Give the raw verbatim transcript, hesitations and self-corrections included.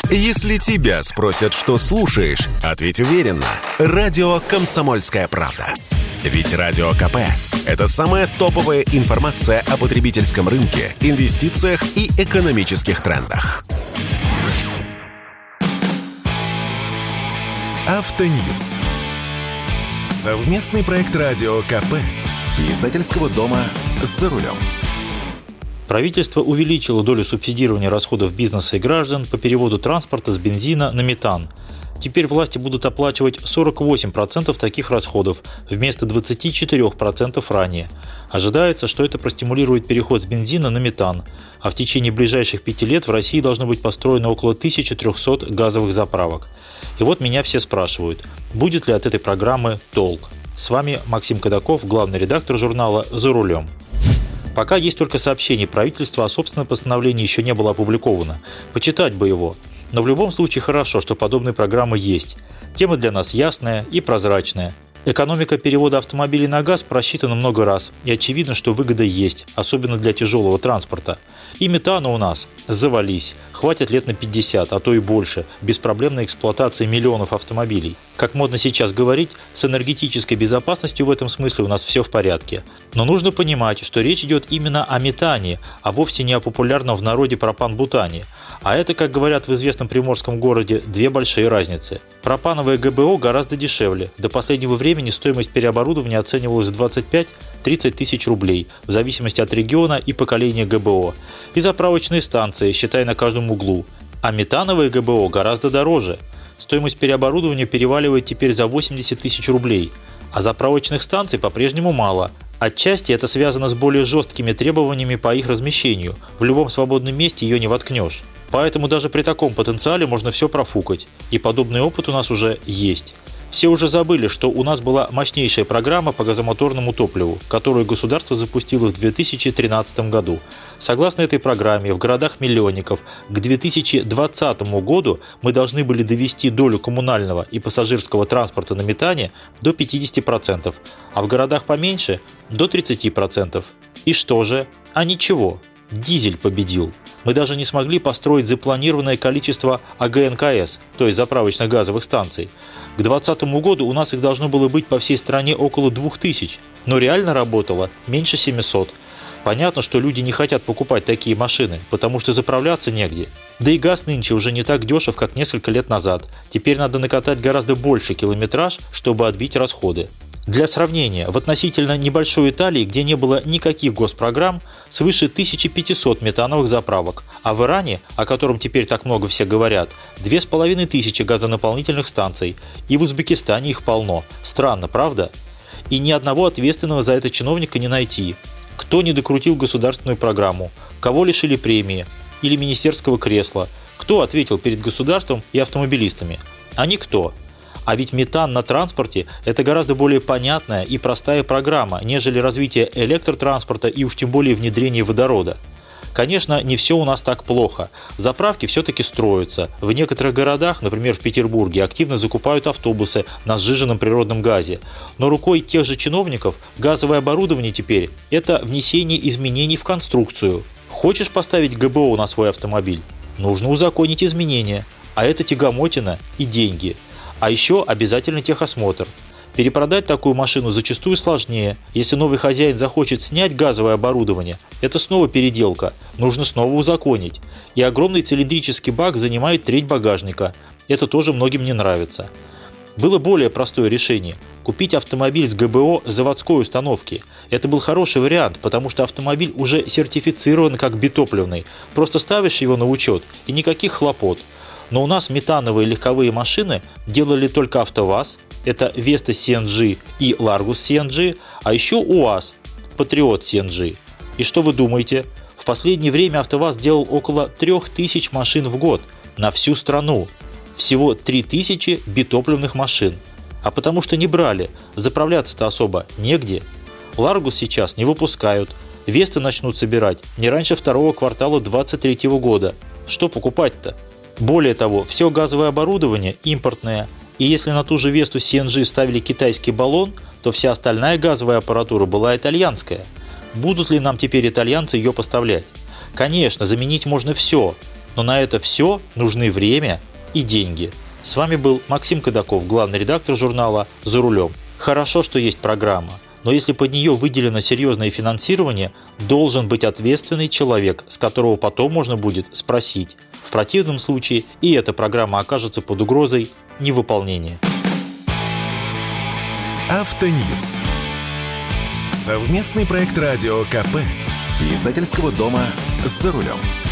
Если тебя спросят, что слушаешь, ответь уверенно. Радио «Комсомольская правда». Ведь Радио КП – это самая топовая информация о потребительском рынке, инвестициях и экономических трендах. Автоньюз. Совместный проект Радио КП и издательского дома «За рулем». Правительство увеличило долю субсидирования расходов бизнеса и граждан по переводу транспорта с бензина на метан. Теперь власти будут оплачивать сорок восемь процентов таких расходов вместо двадцати четырёх процентов ранее. Ожидается, что это простимулирует переход с бензина на метан, а в течение ближайших пяти лет в России должно быть построено около тысячи трёхсот газовых заправок. И вот меня все спрашивают, будет ли от этой программы толк. С вами Максим Кадаков, главный редактор журнала «За рулем». Пока есть только сообщение правительства, а собственное постановление еще не было опубликовано. Почитать бы его. Но в любом случае хорошо, что подобные программы есть. Тема для нас ясная и прозрачная. Экономика перевода автомобилей на газ просчитана много раз, и очевидно, что выгода есть, особенно для тяжелого транспорта. И метана у нас завались, хватит лет на пятьдесят, а то и больше, беспроблемной эксплуатации миллионов автомобилей. Как модно сейчас говорить, с энергетической безопасностью в этом смысле у нас все в порядке. Но нужно понимать, что речь идет именно о метане, а вовсе не о популярном в народе пропан-бутане. А это, как говорят в известном приморском городе, две большие разницы. Пропановое ГБО гораздо дешевле. До последнего времени стоимость переоборудования оценивалась в двадцать пять - тридцать тысяч рублей, в зависимости от региона и поколения ГБО. И заправочные станции, считай, на каждом углу. А метановое ГБО гораздо дороже. Стоимость переоборудования переваливает теперь за восемьдесят тысяч рублей. А заправочных станций по-прежнему мало. Отчасти это связано с более жесткими требованиями по их размещению. В любом свободном месте ее не воткнешь. Поэтому даже при таком потенциале можно все профукать. И подобный опыт у нас уже есть. Все уже забыли, что у нас была мощнейшая программа по газомоторному топливу, которую государство запустило в две тысячи тринадцатом году. Согласно этой программе, в городах-миллионников к две тысячи двадцатому году мы должны были довести долю коммунального и пассажирского транспорта на метане до пятидесяти процентов, а в городах поменьше – до тридцати процентов. И что же? А ничего. Дизель победил. Мы даже не смогли построить запланированное количество А Гэ Эн Ка Эс, то есть заправочных газовых станций. К двадцатому году у нас их должно было быть по всей стране около двух тысяч, но реально работало меньше семисот. Понятно, что люди не хотят покупать такие машины, потому что заправляться негде. Да и газ нынче уже не так дешев, как несколько лет назад. Теперь надо накатать гораздо больше километраж, чтобы отбить расходы. Для сравнения, в относительно небольшой Италии, где не было никаких госпрограмм, свыше тысячи пятисот метановых заправок, а в Иране, о котором теперь так много все говорят, две с половиной тысячи газонаполнительных станций, и в Узбекистане их полно. Странно, правда? И ни одного ответственного за это чиновника не найти. Кто не докрутил государственную программу, кого лишили премии или министерского кресла, кто ответил перед государством и автомобилистами? А никто. А ведь метан на транспорте – это гораздо более понятная и простая программа, нежели развитие электротранспорта и уж тем более внедрение водорода. Конечно, не все у нас так плохо. Заправки все-таки строятся. В некоторых городах, например в Петербурге, активно закупают автобусы на сжиженном природном газе. Но рукой тех же чиновников газовое оборудование теперь – это внесение изменений в конструкцию. Хочешь поставить Гэ Бэ О на свой автомобиль? Нужно узаконить изменения. А это тягомотина и деньги. А еще обязательно техосмотр. Перепродать такую машину зачастую сложнее. Если новый хозяин захочет снять газовое оборудование, это снова переделка, нужно снова узаконить. И огромный цилиндрический бак занимает треть багажника. Это тоже многим не нравится. Было более простое решение – купить автомобиль с Гэ Бэ О заводской установки. Это был хороший вариант, потому что автомобиль уже сертифицирован как битопливный. Просто ставишь его на учет и никаких хлопот. Но у нас метановые легковые машины делали только АвтоВАЗ, это Веста Си Эн Джи и Ларгус Си Эн Джи, а еще УАЗ, Патриот Си Эн Джи. И что вы думаете? В последнее время АвтоВАЗ делал около трех тысяч машин в год на всю страну. Всего три тысячи битопливных машин. А потому что не брали, заправляться-то особо негде. Ларгус сейчас не выпускают, Весты начнут собирать не раньше второго квартала двадцать третьего года. Что покупать-то? Более того, все газовое оборудование импортное, и если на ту же Весту Си Эн Джи ставили китайский баллон, то вся остальная газовая аппаратура была итальянская. Будут ли нам теперь итальянцы ее поставлять? Конечно, заменить можно все, Но на это все нужны время и деньги. С вами был Максим Кадаков, главный редактор журнала «За рулем». Хорошо, что есть программа, но если под нее выделено серьезное финансирование, должен быть ответственный человек, с которого потом можно будет спросить. В противном случае и эта программа окажется под угрозой невыполнения. Автоньюз. Совместный проект радио ка пэ и издательского дома «За рулем».